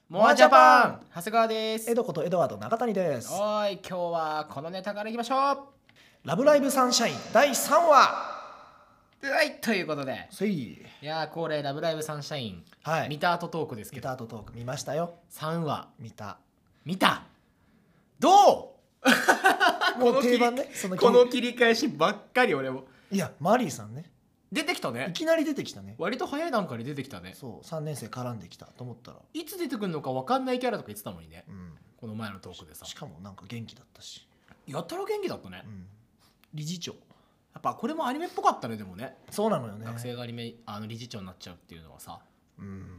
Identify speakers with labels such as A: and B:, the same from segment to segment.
A: モアジャパン長谷川です。
B: 江戸ことエドワード中谷です。
A: おーい、今日はこのネタからいきましょう。
B: ラブライブサンシャイン第3話。
A: はい、ということで、
B: せい。
A: いやー恒例ラブライブサンシャイン、
B: はい。
A: 見た後トークですけ
B: 見
A: ど、
B: た後トーク見ましたよ。
A: 3話
B: 見た。
A: どう
B: もう定番ね。
A: この切り返しばっかり俺も。
B: いやマリーさんね。
A: 出てきたね。
B: いきなり出てきたね。
A: 割と早い段階で出てきたね。
B: そう3年生絡んできたと思ったら、
A: いつ出てくるのか分かんないキャラとか言ってたのにね、
B: うん、
A: この前のトークでさ。
B: しかもなんか元気だったし、
A: やったら元気だったね、
B: うん、理事長。
A: やっぱこれもアニメっぽかったね。でもね、
B: そうなのよね。
A: 学生が理事長になっちゃうっていうのはさ、
B: うん、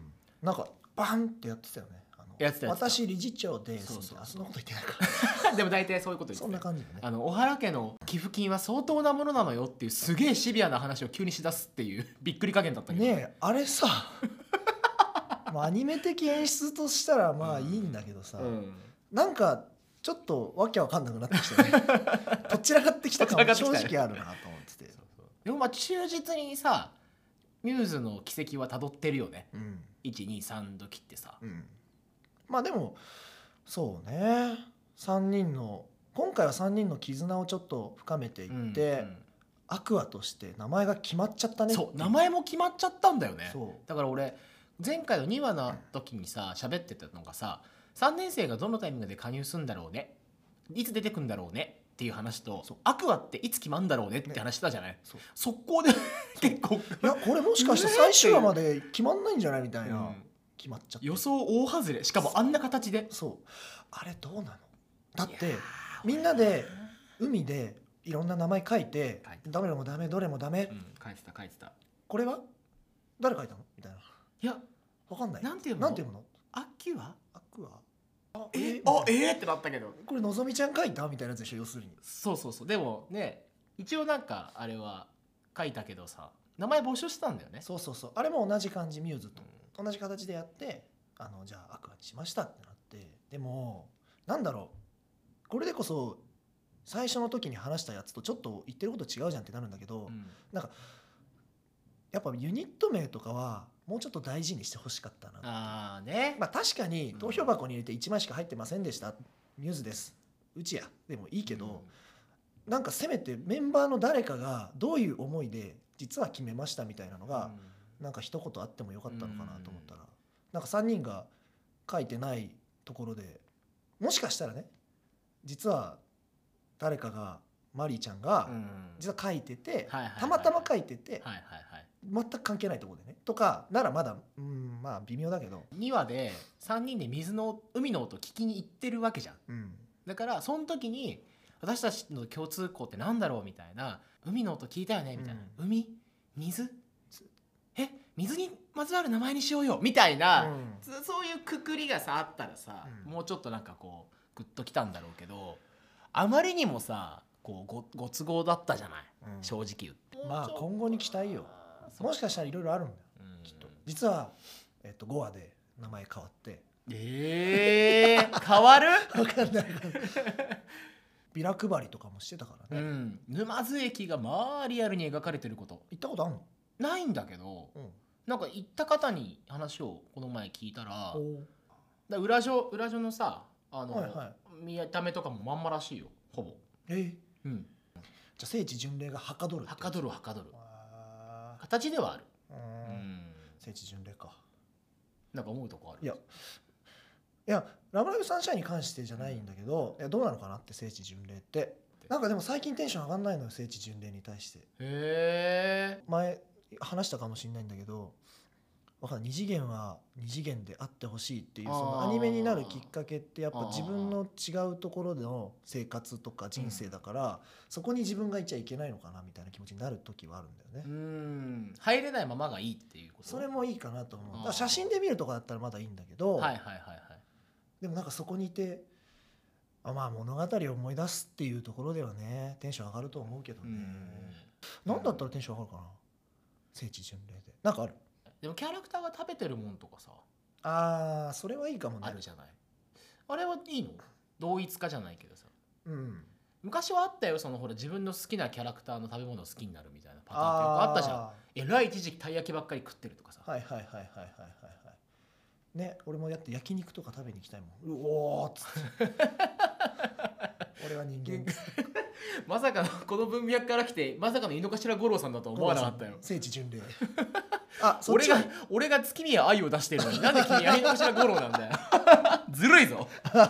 B: なんかバンってやってたよね。
A: やってた
B: 私理事長です。
A: そう
B: そんなこと言ってないか
A: でも大体そういうこと言って
B: そんな感じだね。
A: 小原家の寄付金は相当なものなのよっていうすげえシビアな話を急にしだすっていうびっくり加減だったけど
B: ねえあれさまあアニメ的演出としたらまあいいんだけどさ、なんかちょっとわけわかんなくなってきたねどちらかってきた感も正直あるなと思ってて
A: でもまあ忠実にさミューズの軌跡はたどってるよね、
B: うん、
A: 123度切ってさ、
B: うん、まあでもそうね今回は3人の絆をちょっと深めていって、アクアとして名前が決まっちゃったね。
A: そう名前も決まっちゃったんだよね。
B: そう
A: だから俺前回の2話の時にさ喋ってたのがさ、3年生がどのタイミングで加入するんだろうね、いつ出てくんだろうねっていう話と、アクアっていつ決まんだろうねって話したじゃない、ね、速攻で結構い
B: やこれもしかして最終話まで決まんないんじゃないみたいな、決まっちゃって
A: 予想大外れ、しかもあんな形で。
B: そうあれどうなのだってみんなで海でいろんな名前書いてどれもダメどれもダメ、
A: 書いてた
B: これは誰書いたのみたいな。
A: いや
B: わかんない。
A: なんていう
B: の
A: アキュア
B: って
A: なったけど、
B: これのぞみちゃん書いたみたいなやつでしょ要するに。
A: そうでもね一応なんかあれは書いたけどさ名前募集したんだよね。
B: そうあれも同じ感じミューズと同じ形でやってじゃあアクアにしましたってなって、でもなんだろうこれでこそ最初の時に話したやつとちょっと言ってること違うじゃんってなるんだけど、なんかやっぱユニット名とかはもうちょっと大事にしてほしかったな。まあ確かに投票箱に入れて1枚しか入ってませんでした、ミューズですうちやでもいいけど、なんかせめてメンバーの誰かがどういう思いで実は決めましたみたいなのが、なんか一言あってもよかったのかなと思ったら、なんか3人が書いてないところでもしかしたらね実は誰かがマリーちゃんが実は書いてて、たまたま書いてて全く関係ないところでねとかならまだまあ微妙だけど、
A: 2話で3人で海の音聞きに行ってるわけじゃん、だからその時に私たちの共通項ってなんだろうみたいな、海の音聞いたよねみたいな、水水にまつわる名前にしようよみたいな、そういうくくりがさあったらさ、もうちょっとなんかこうグッときたんだろうけど、あまりにもさこうご都合だったじゃない、正直言って。
B: まあ今後に期待よ。もしかしたらいろいろあるんだよ、きっと。実は、5話で名前変わって
A: 変わる
B: 分かんないビラ配りとかもしてたからね、
A: 沼津駅がまあリアルに描かれてること
B: 行ったことあんの
A: ないんだけど、なんか行った方に話をこの前聞いたら、裏所のさ見た目とかもまんまらしいよほぼ。
B: じゃあ聖地巡礼がはかどる
A: 形ではある。
B: 聖地巡礼か。
A: なんか思うとこある。
B: いやラブライブサンシャインに関してじゃないんだけど、どうなのかなって聖地巡礼ってなんかでも最近テンション上がんないのよ聖地巡礼に対して。前話したかもしれないんだけど、2次元は2次元であってほしいっていうそのアニメになるきっかけってやっぱ自分の違うところでの生活とか人生だから、そこに自分がいちゃいけないのかなみたいな気持ちになる時はあるんだよね。
A: 入れないままがいいっていうこと。
B: それもいいかなと思う。だから写真で見るとかだったらまだいいんだけど、でもなんかそこにいてまあ物語を思い出すっていうところではねテンション上がると思うけどね。何だったらテンション上がるかな聖地巡礼で。なんかある？
A: でもキャラクターが食べてるもんとかさ、
B: それはいいかもね。
A: あるじゃない。あれはいいの？同一化じゃないけどさ、
B: 昔
A: はあったよ、そのほら自分の好きなキャラクターの食べ物を好きになるみたいなパターンってよくあったじゃん。一時期たい焼きばっかり食ってるとかさ。
B: ね、俺もやって焼肉とか食べに行きたいもん。うおーっつって俺は人間
A: まさかのこの文脈から来てまさかの井の頭五郎さんだとは思わなかったよ。
B: 聖地巡礼あ、そっちは
A: 俺が月宮愛を出してるのになんで君井の頭五郎なんだよずるいぞ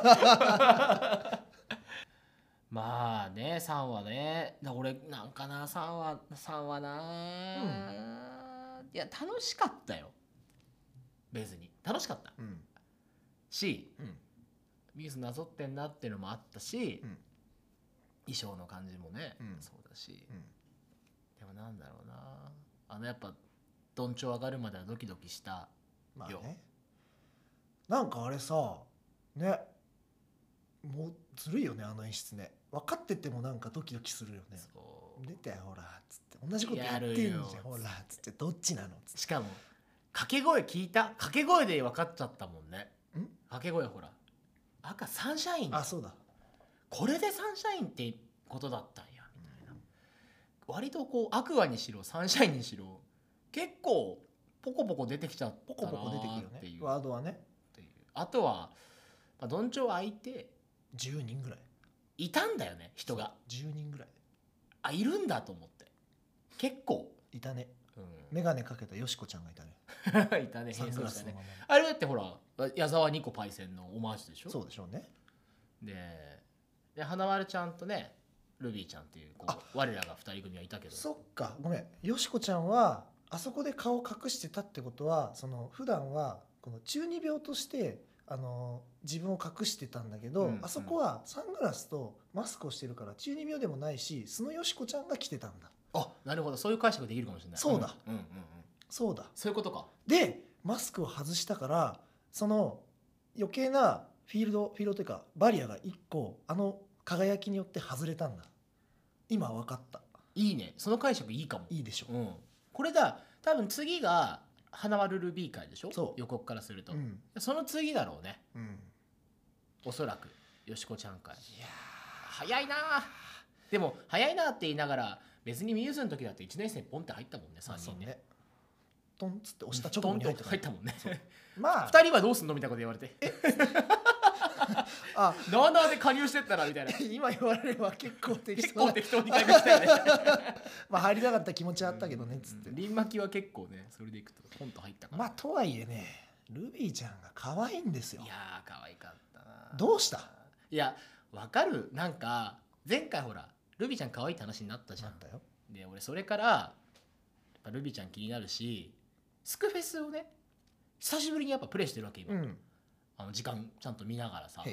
A: まあね3話ね俺なんかな3話な、いや楽しかったよ。別に楽しかった、し、ミスなぞってんなっていうのもあったし、衣装の感じもね、そうだし、でもなんだろうなやっぱどんちょう上がるまではドキドキしたよ、
B: まあね、なんかあれさね、もうずるいよね、あの演出ね。分かっててもなんかドキドキするよね。出てほらっつって同じことやってんじゃんほらっつってどっちなのっつって。
A: しかも掛け声聞いた、掛け声で分かっちゃったもんね。掛け声ほら赤サンシャイン、
B: あ、そうだ、
A: これでサンシャインってことだったんやみたいな、割とこうアクアにしろサンシャインにしろ結構ポコポコ出てきちゃったな
B: ポコポコ出てくるよね、
A: っていう
B: ワードはね。
A: っていう。あとは、どんちょう相手
B: 10人ぐらい
A: いたんだよね、人が。
B: 10人ぐらい
A: いるんだと思って結構
B: いたね。メガネかけたよしこちゃんがいたね
A: いたね、
B: サングラスの
A: ね
B: まま。
A: あれだってほら矢沢ニコパイセンのオマージュでしょ。
B: そうでしょうね。
A: で花丸ちゃんとねルビーちゃんっていう我らが2人組はいたけど、
B: そっか、ごめん、よしこちゃんはあそこで顔隠してたってことは、その普段はこの中二病として自分を隠してたんだけど、あそこはサングラスとマスクをしてるから中二病でもないし、そのよしこちゃんが来てたんだ。
A: あ、なるほど、そういう解釈できるかもしれない。
B: そうだ、そうだ、
A: そういうことか。
B: でマスクを外したからその余計なフィールドというかバリアが1個輝きによって外れたんだ。今分かった。
A: いいね、その解釈いいかも。
B: いいでしょ、
A: これだ、多分次が花丸ルビー会でしょ。
B: そう
A: 予告からすると、その次だろうね、おそらくよしこちゃん会。いや早いな。でも早いなって言いながら別にミューズの時だって1年生ポンって入ったもんね、3人ね。
B: トンっつって押した直後に入
A: ったもんね。
B: まあ
A: 2人はどうすんのみたいなこと言われて
B: あ、
A: なあなあで加入してったらみたいな
B: 今言われれば結構適
A: 当に加入したよね
B: まあ入りたかった気持ちはあったけどねっつって。
A: リンマキは結構ね、それでいくとポンと入ったから。
B: まあとはいえね、ルビーちゃんが可愛いんですよ。
A: いやー可愛かったな。
B: どうした？
A: いやわかる。なんか前回ほらルビーちゃん可愛いって話になったじゃん。で俺それからやっぱルビーちゃん気になるし、スクフェスをね久しぶりにやっぱプレイしてるわけ今、時間ちゃんと見ながらさ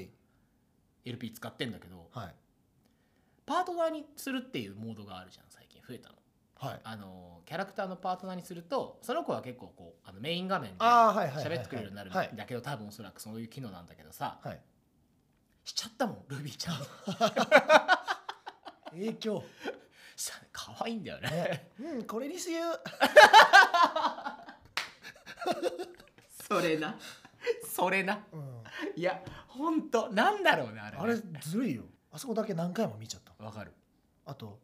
A: LP 使ってんだけど、パートナーにするっていうモードがあるじゃん、最近増えたの。キャラクターのパートナーにするとその子は結構こうメイン画面で喋ってくれるようになるんだけど、多分おそらくそういう機能なんだけどさ、しちゃったもんルビーちゃん
B: 影響
A: 可愛いんだよね。
B: これにする
A: それな、いやほんとなんだろうね、
B: あれずるいよ。あそこだけ何回も見ちゃった。
A: わかる。あ
B: と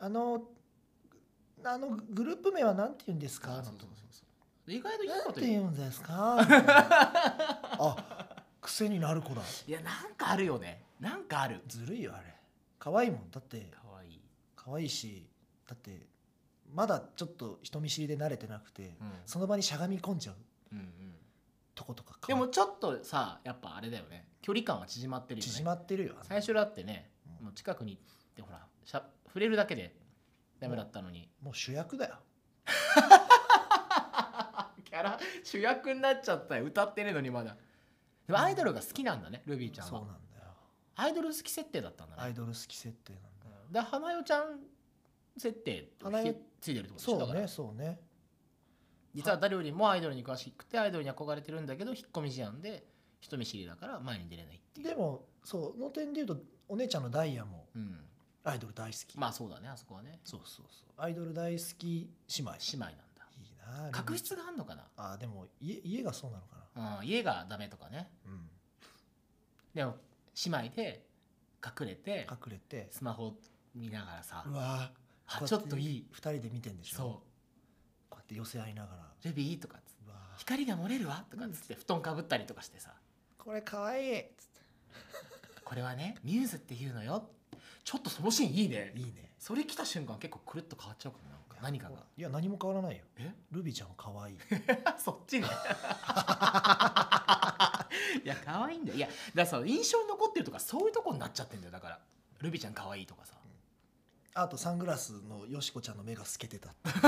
B: グループ名はなんて言うんですか。
A: 意外といいこと
B: 言うんですかあ、癖になる子だ。
A: いやなんかあるよね、なんかある。
B: ずるいよあれ。可愛いもんだって。可愛いし、だってまだちょっと人見知りで慣れてなくて、その場にしゃがみ込んじゃうとことか。
A: でもちょっとさやっぱあれだよね、距離感は縮まってるよね。
B: 縮まってるよ。
A: 最初だってね、もう近くに行ってほら触れるだけでダメだったのに、
B: もう主役だよ
A: キャラ主役になっちゃったよ、歌ってねえのにまだ。でもアイドルが好きなんだね、ルビーちゃんは。
B: そうなんだよ、
A: アイドル好き設定だったんだね。
B: アイドル好き設定なんだよ。
A: で花代ちゃん設定ついてるってことでしょ。
B: そうね、そうね。
A: 実は誰よりもアイドルに詳しくてアイドルに憧れてるんだけど引っ込み思案で人見知りだから前に出れないっていう。
B: でもその点で言うとお姉ちゃんのダイヤもアイドル大好き。
A: まあそうだね、あそこはね。
B: そうアイドル大好き姉妹
A: なんだ。いいな。確執があんのかな。
B: でも家がそうなのか
A: な。家がダメとかね。でも姉妹で隠れてスマホ見ながらさ、
B: うわ
A: ちょっといい
B: 2人で見てんでしょ。そうこうやって寄せ合いながら
A: ルビーとか
B: うわ
A: 光が漏れるわとかっつって布団かぶったりとかしてさ、
B: これかわいいっつっ
A: これはねミューズっていうのよ。ちょっとそのシーンいいね。
B: ていいね。
A: それ来た瞬間結構くるっと変わっちゃうかも。なんか何かが
B: いや何も変わらないよ。
A: え
B: ルビちゃんかわいい。
A: そっちねいや可愛いんだよ。いやだからさ印象に残ってるとかそういうとこになっちゃってんだよ。だからルビちゃん可愛いとかさ、
B: あとサングラスのよしこちゃんの目が透けてた。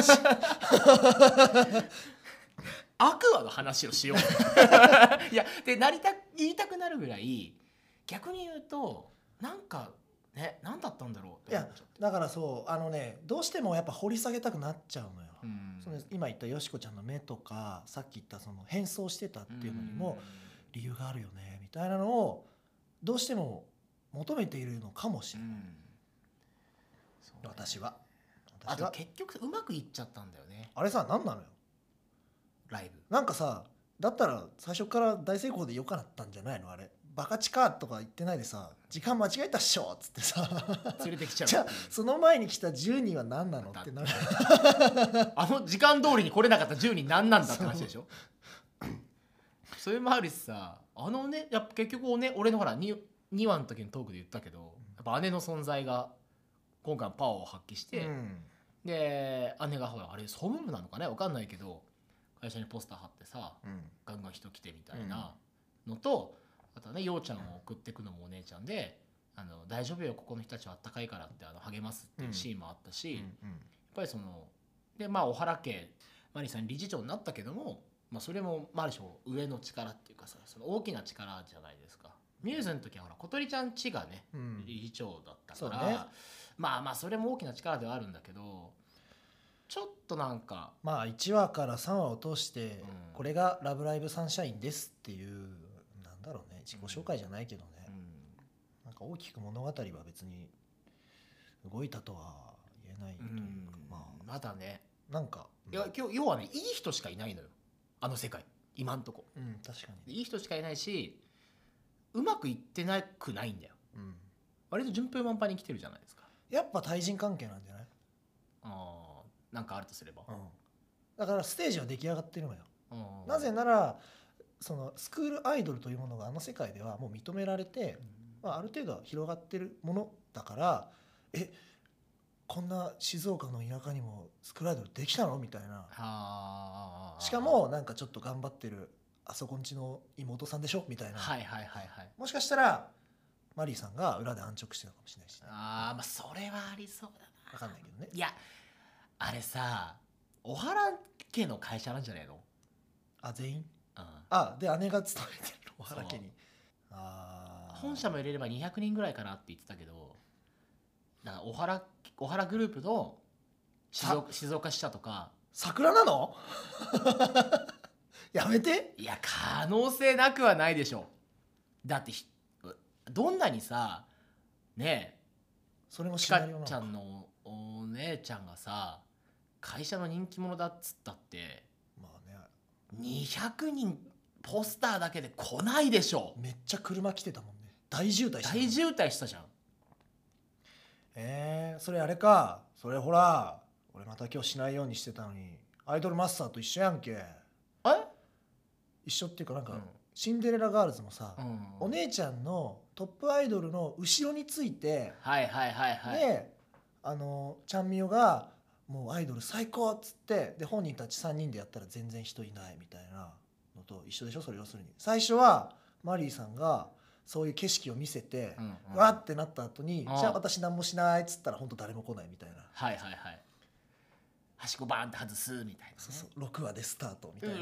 A: アクアの話をしよういやで言いたくなるぐらい、逆に言うとなんかね何だったんだろうっ
B: いや
A: て思っちゃって。
B: だからそうね、どうしてもやっぱ掘り下げたくなっちゃうのよ。
A: うん
B: その今言ったよしこちゃんの目とか、さっき言ったその変装してたっていうのにも理由があるよねみたいなのをどうしても求めているのかもしれない、
A: そうね
B: 私は。
A: あと結局うまくいっちゃったんだよね
B: あれさ、何なのよ。
A: ライブ。
B: なんかさ、だったら最初から大成功でよかったんじゃないの。あれバカチかとか言ってないでさ、時間間違えたっしょっつってさ
A: 連れてきちゃう
B: じゃあその前に来た10人は何なのってなる。
A: あの時間通りに来れなかった10人何なんだって話でしょ。それもあるしさ、やっぱ結局俺のほら 2話の時のトークで言ったけど、やっぱ姉の存在が今回パワーを発揮して、で姉がほらあれ総務部なのかね分かんないけど会社にポスター貼ってさ、ガンガン人来てみたいなのと、あとはねようちゃんを送ってくのもお姉ちゃんで、大丈夫よここの人たちはあったかいからって励ますっていうシーンもあったし、やっぱりそので小原家マリさん理事長になったけども、それもある種上の力っていうかさ、その大きな力じゃないですか。ミューズの時はほら小鳥ちゃんちがね、理事長だったから、ね、それも大きな力ではあるんだけど、ちょっとなんか
B: 1話から3話を通して、これがラブライブサンシャインですっていう、なんだろうね、自己紹介じゃないけどね、なんか大きく物語は別に動いたとは言えないというか、
A: まだね、
B: なんか
A: 要はねいい人しかいないのよあの世界今んとこ。
B: 確かに
A: いい人しかいないし、うまくいってなくないんだよ、割と順風満帆に来てるじゃないですか。
B: やっぱ対人関係なんじゃない。
A: なんかあるとすれば、
B: だからステージは出来上がってるのよ。なぜならそのスクールアイドルというものがあの世界ではもう認められて、ある程度は広がってるものだから、こんな静岡の田舎にもスクールアイドルできたのみたいな。しかもなんかちょっと頑張ってるあそこんちの妹さんでしょみたいな。もしかしたらマリーさんが裏で安直してたかもしれないし、ね、
A: それはありそうだな。
B: 分かんないけどね。
A: いやあれさ小原家の会社なんじゃないの。
B: 全員、で姉が勤めてる小原家に。
A: 本社も入れれば200人ぐらいかなって言ってたけど、だから小原グループの静岡支社とか。
B: 桜なのやめて。
A: いや可能性なくはないでしょ。だってどんなにさねえ、
B: それも
A: ちかちゃんのお姉ちゃんがさ会社の人気者だっつったって、200人ポスターだけで来ないでしょ。
B: めっちゃ車来てたもんね。大渋滞
A: したじゃん。
B: それあれか。それほら俺また今日しないようにしてたのにアイドルマスターと一緒やんけ。一緒っていうかなんか、シンデレラガールズもさ、お姉ちゃんのトップアイドルの後ろについて、でちゃんみよがもうアイドル最高っつって、で本人たち3人でやったら全然人いないみたいなのと一緒でしょ。それ要するに最初はマリーさんがそういう景色を見せて、わってなった後に、じゃあ私何もしないっつったら本当誰も来ないみたいな。
A: はしごバーンって外すみたいな、
B: 6話でスタートみたいな。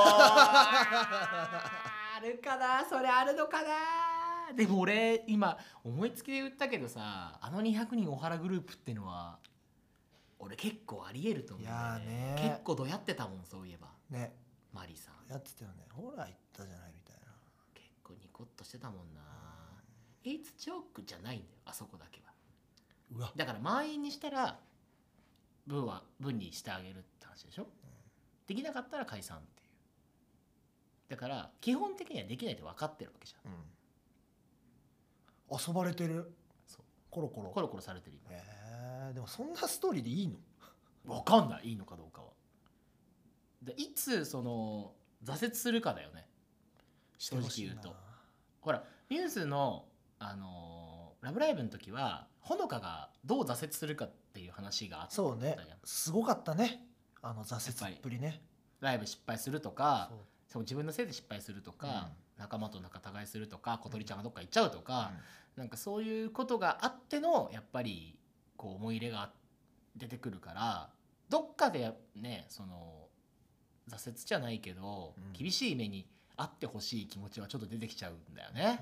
A: あるかな、それあるのかな。でも俺今思いつきで言ったけどさ、200人小原グループってのは俺結構ありえると思うんだよね。結構どやってたもん、そういえばね、マリさん
B: やってたよね。ほら言ったじゃないみたいな。
A: 結構ニコッとしてたもんな。いつチョークじゃないんだよあそこだけは。だから満員にしたら分にしてあげるって話でしょ、できなかったら解散っていう。だから基本的にはできないって分かってるわけじゃん、
B: 遊ばれてる。
A: そう
B: コロコロ
A: されてる今。
B: でもそんなストーリーでいいの？
A: 分かんない、いいのかどうかは。でいつその挫折するかだよね、正直言うと。ほらミューズの、ラブライブの時はほのかがどう挫折するかっていう話があったじゃん。
B: そうね、すごかったね、挫折っぷりね。
A: ライブ失敗するとか、
B: そう
A: 自分のせいで失敗するとか、仲間と仲違いするとか、小鳥ちゃんがどっか行っちゃうとか、なんかそういうことがあってのやっぱりこう思い入れが出てくるから、どっかでね、その挫折じゃないけど、厳しい目にあってほしい気持ちはちょっと出てきちゃうんだよね。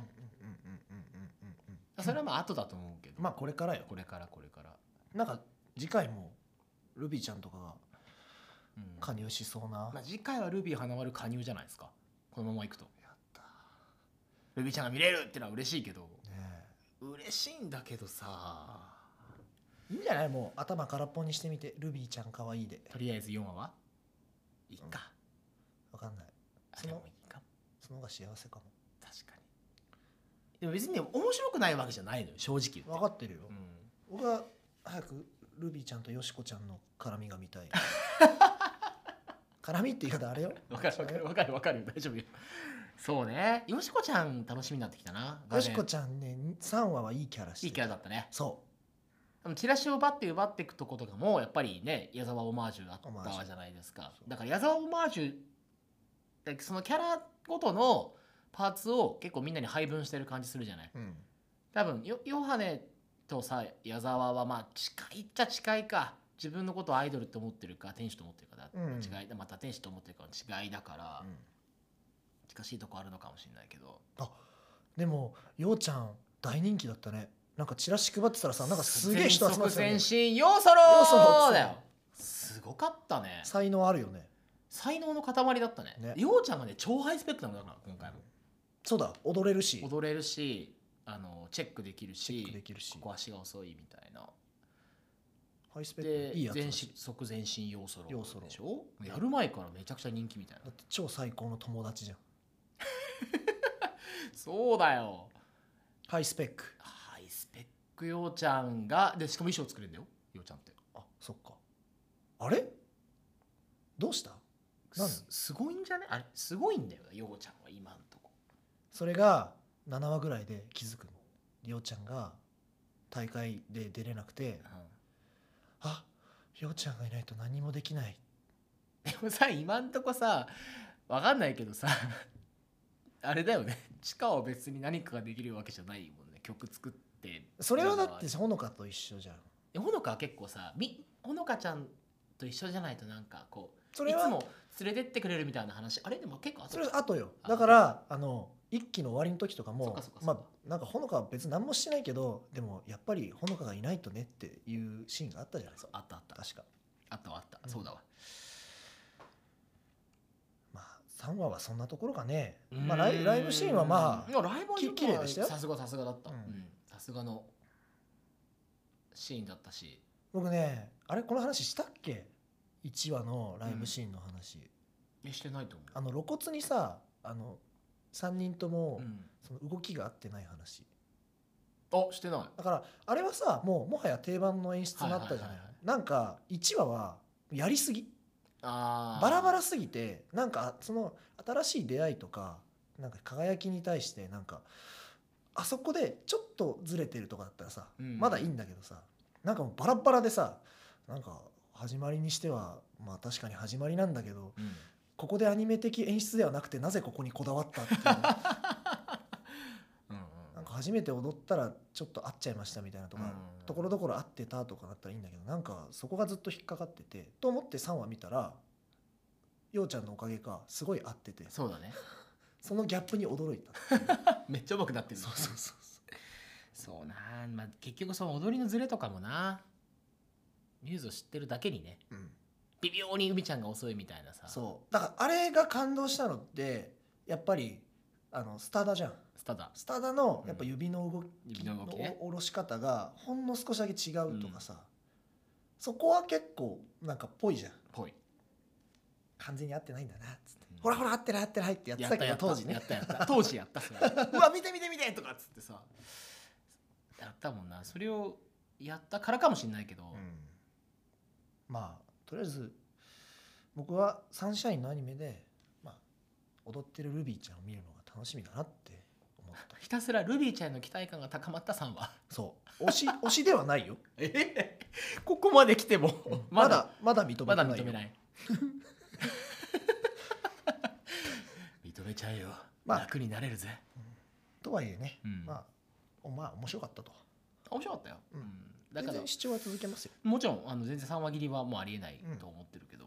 A: それはまあ後だと思うけど、
B: まあこれからよ。
A: これから
B: なんか次回もルビーちゃんとかが加入しそうな、
A: まあ、次回はルビー花丸加入じゃないですか、このままいくと。
B: やった
A: ルビーちゃんが見れるってのは嬉しいけど、
B: ね、
A: 嬉しいんだけどさ、
B: いいんじゃない？もう頭空っぽにしてみて、ルビーちゃんかわいいで。
A: とりあえず4話はいいか、
B: 分かんない。
A: でもいいかも、
B: その方が幸せかも。
A: 確かに。でも別にね、面白くないわけじゃないのよ、正直言って。
B: 分かってるよ、僕は早くルビーちゃんとよしこちゃんの絡みが見たい。絡みって言い方あれよ。
A: わかる大丈夫よ。そうね、よしこちゃん楽しみになってきたな。
B: よしこちゃんね、3話はいいキャラして
A: いいキャラだったね。
B: そ
A: チラシを奪っていくとことかもやっぱりね、矢沢オマージュあったじゃないですか。だから矢沢オマージュ、そのキャラごとのパーツを結構みんなに配分してる感じするじゃない。多分ヨハネとさ矢沢はまあ近いっちゃ近いか。自分のことをアイドルって思ってるか天使と思ってるか違い、また天使と思ってるかの違いだから、近しいとこあるのかもしれないけど。
B: でもようちゃん大人気だったね。なんかチラシ配ってたらさ、なんかすげえ人集まってたよね。
A: 全身ヨーソロだよ。すごかったね。
B: 才能あるよね。
A: 才能の塊だったね。ようちゃんがね超ハイスペックなんだから今回も。
B: そうだ、踊れるし
A: チェックできるし、ここ足が遅いみたいな。
B: ハイスペックいいやつだし。
A: 全身ヨーソロでしょ。やる前からめちゃくちゃ人気みたいな。
B: だって超最高の友達じゃん。
A: そうだよ。
B: ハイスペック
A: ようちゃんがで、しかも衣装作れるんだよ、ようちゃんって。
B: そっか。あれどうした？
A: すごいんじゃね？あれすごいんだよ、ようちゃんは今んとこ。
B: それが7話ぐらいで気づくの。ようちゃんが大会で出れなくて、ようちゃんがいないと何もできない。
A: でもさ、今んとこさ、分かんないけどさあれだよね、チカは別に何かができるわけじゃないもんね、曲作って。
B: それはだってほのかと一緒じゃん。
A: ほのかは結構さ、ほのかちゃんと一緒じゃないとなんかこう
B: それはい
A: つも連れてってくれるみたいな話、あれでも結構
B: それは後よ。だから一期の終わりの時とかも、なんかほのかは別に何もしてないけど、でもやっぱりほのかがいないとねっていうシーンがあったじゃないですか。
A: あった
B: 確か
A: あった、そうだわ。
B: まあ3話はそんなところかね。まあライブシーンはまあ
A: ライブは
B: 綺麗でしたよ。
A: さすがだった、さすがのシーンだったし。
B: 僕ね、この話したっけ？1話のライブシーンの話。
A: してないと思う。
B: 露骨にさ3人ともその動きが合ってない話。
A: してない。
B: だからあれはさ、もはや定番の演出になったじゃない。なんか1話はやりすぎ、バラバラすぎて、なんかその新しい出会いとかなんか輝きに対してなんかあそこでちょっとずれてるとかだったらさ、まだいいんだけどさ、なんかもうバラバラでさ、なんか始まりにしてはまあ確かに始まりなんだけど、ここでアニメ的演出ではなくてなぜここにこだわったっていうなんか初めて踊ったらちょっと合っちゃいましたみたいなとか、ところどころ合ってたとかだったらいいんだけど、なんかそこがずっと引っかかってて、と思って3話見たらようちゃんのおかげかすごい合ってて、
A: そうだね。
B: そのギャップに驚いた。
A: めっちゃ上手くなってる。そうな、まあ、結局その踊りのズレとかもな、ミューズを知ってるだけにね、微妙に海ちゃんが遅いみたいなさ。
B: そうだからあれが感動したのってやっぱりスタダじゃん。スタダのやっぱ指の動きの下ろし方がほんの少しだけ違うとかさ、そこは結構なんかぽいじゃん。
A: ぽい。
B: 完全に合ってないんだなっつって、ほら合ってないってやってたけど、当時ね
A: 当時やったそれうわ見てとかっつってさやったもんな。それをやったからかもしれないけど、
B: まあとりあえず僕はサンシャインのアニメで、まあ踊ってるルビーちゃんを見るのが楽しみだなって思った。
A: ひたすらルビーちゃんへの期待感が高まった3話。
B: そう推しではないよ
A: ここまで来ても
B: まだ認めて
A: ま
B: ないよ。
A: だ認めない認めちゃえよ、
B: まあ
A: 楽になれるぜ。
B: とはいえね、
A: うん
B: まあ面白かったと。
A: 面白かったよ、
B: うん
A: だから
B: 全然視聴は続けますよ。
A: もちろん全然3話切りはもうありえないと思ってるけど、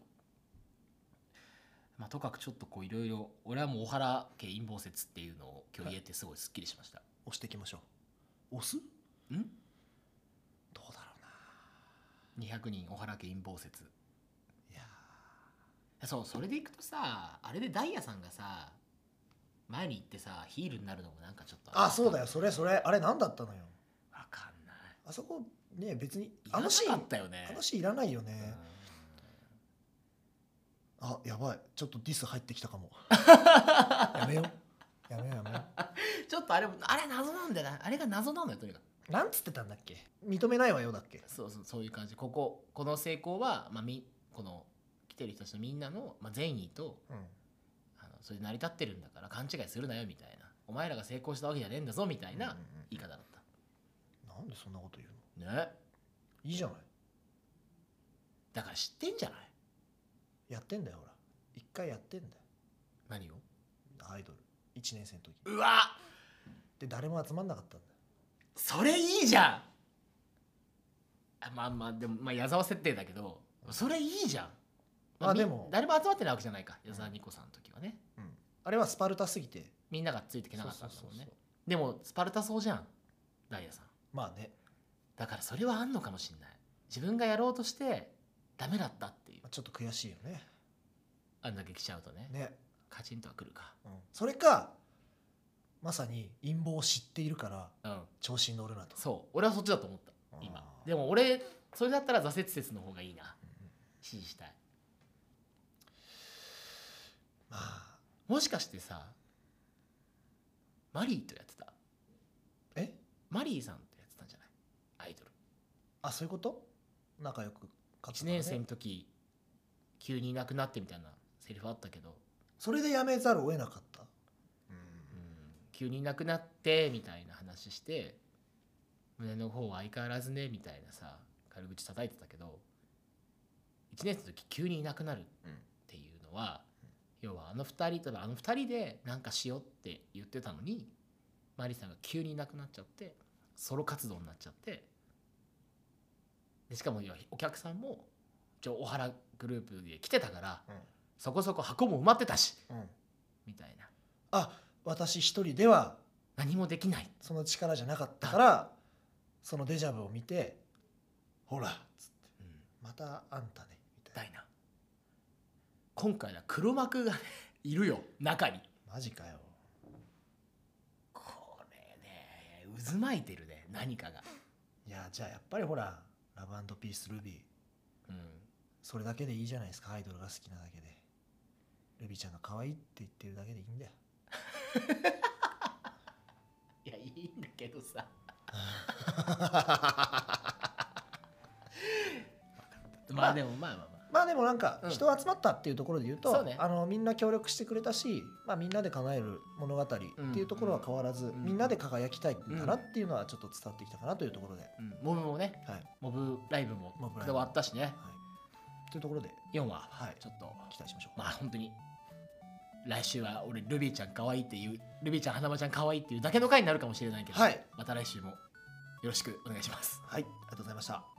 A: まあ、とかくちょっとこういろいろ俺はもう小原家陰謀説っていうのを今日言えてすごいすっきりしました。
B: 押していきましょう。押す？どうだろうな。
A: 200人小原家陰謀説。
B: いや
A: そうそれでいくとさ、あれでダイヤさんがさ前に行ってさヒールになるのもなんかちょっと
B: そうだよ、それあれ何だったのよ。
A: わかんない。
B: あそこね、別に
A: あのシーンあったよね。
B: あのシーンいらないよね。やばい、ちょっとディス入ってきたかもやめよう
A: ちょっとあれ謎なんだよな。あれが謎なんだよとにかく。
B: なんつってたんだっけ。認めないわよだっけ。
A: そういう感じ。この成功は、まあ、この来てる人たちのみんなの、まあ、善意と、それで成り立ってるんだから勘違いするなよみたいな、お前らが成功したわけじゃねえんだぞみたいな言い方だった、
B: なんでそんなこと言うの
A: ね。
B: いいじゃない。
A: だから知ってんじゃない。
B: やってんだよ、ほら一回やってんだよ。
A: 何を？
B: アイドル1年生の時。
A: うわ
B: で誰も集まんなかったんだよ。
A: それいいじゃん。まあでも矢沢設定だけどそれいいじゃん。
B: でも
A: 誰も集まってないわけじゃないか、矢沢ニコさんの時はね、
B: あれはスパルタすぎて
A: みんながついてきなかったんだもんね。でもスパルタそうじゃんダイヤさん。
B: まあね、
A: だからそれはあんのかもしんない。自分がやろうとしてダメだったっていう、
B: ちょっと悔しいよね。
A: あんだけ来ちゃうとねカチンとはくるか、
B: それかまさに陰謀を知っているから調子に乗るなと。
A: そう俺はそっちだと思った今。でも俺それだったら挫折説の方がいいな、支持したい。もしかしてさマリーとやってた？マリーさんとやってたんじゃない？アイドル。
B: そういうこと？仲良く
A: 1年生の時急にいなくなってみたいなセリフあったけど、
B: それでやめざるを得なかった。
A: 急にいなくなってみたいな話して、胸の方は相変わらずねみたいなさ軽口叩いてたけど、1年生の時急にいなくなるっていうのは、要はあの2人でなんかしようって言ってたのにマリさんが急にいなくなっちゃってソロ活動になっちゃって、でしかもお客さんも小原グループで来てたから、そこそこ箱も埋まってたし、みたいな。
B: 私一人では
A: 何もできない、
B: その力じゃなかったから、そのデジャブを見てほらっつって、またあんたねみたいな。
A: 今回は黒幕が、ね、いるよ中に。
B: マジかよ。
A: これね渦巻いてるね何かが。
B: いやじゃあやっぱりほらラブ&ピースルビー、それだけでいいじゃないですか。アイドルが好きなだけでルビーちゃんが可愛いって言ってるだけでいいんだよ
A: いやいいんだけどさまあでも
B: なんか人集まったっていうところで言うと、みんな協力してくれたし、みんなで叶える物語っていうところは変わらず、みんなで輝きたいんだなっていうのはちょっと伝わってきたかなというところで、
A: モブもね、モブライブも終わったしね、
B: というところで
A: 4話ちょっと
B: 期待しましょう。
A: 本当に来週は俺ルビーちゃん可愛いっていう、ルビーちゃん花間ちゃん可愛いっていうだけの回になるかもしれないけど、また来週もよろしくお願いします。
B: ありがとうございました。